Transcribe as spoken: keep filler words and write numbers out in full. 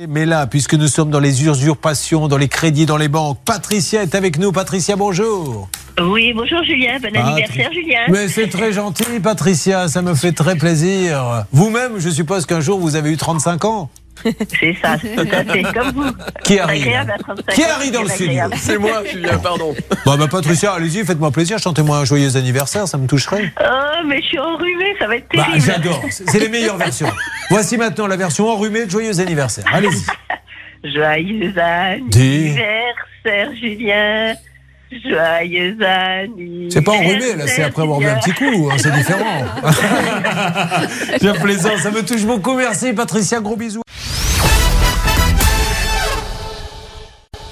Mais là, puisque nous sommes dans les usurpations, dans les crédits, dans les banques, Patricia est avec nous. Patricia, bonjour. Oui, bonjour Julien, bon Ah, anniversaire Julien. Mais c'est très gentil, Patricia, ça me fait très plaisir. Vous-même, je suppose qu'un jour, vous avez eu trente-cinq ans. C'est ça, tout à fait, comme vous. Qui arrive Agréable à trente-cinq Qui ans, arrive dans le c'est studio? agréable. C'est moi, Julien, pardon. Bon, bah, Patricia, allez-y, faites-moi plaisir, chantez-moi un joyeux anniversaire, ça me toucherait. Oh, mais je suis enrhumée, ça va être Bah, terrible. j'adore, c'est les meilleures versions. Voici maintenant la version enrhumée de joyeux anniversaire. Allez-y. Joyeux anniversaire Julien. Joyeux anniversaire. C'est pas enrhumé, là, c'est après avoir bu un petit coup, hein, c'est différent. J'ai un plaisant, ça me touche beaucoup. Merci, Patricia, gros bisous.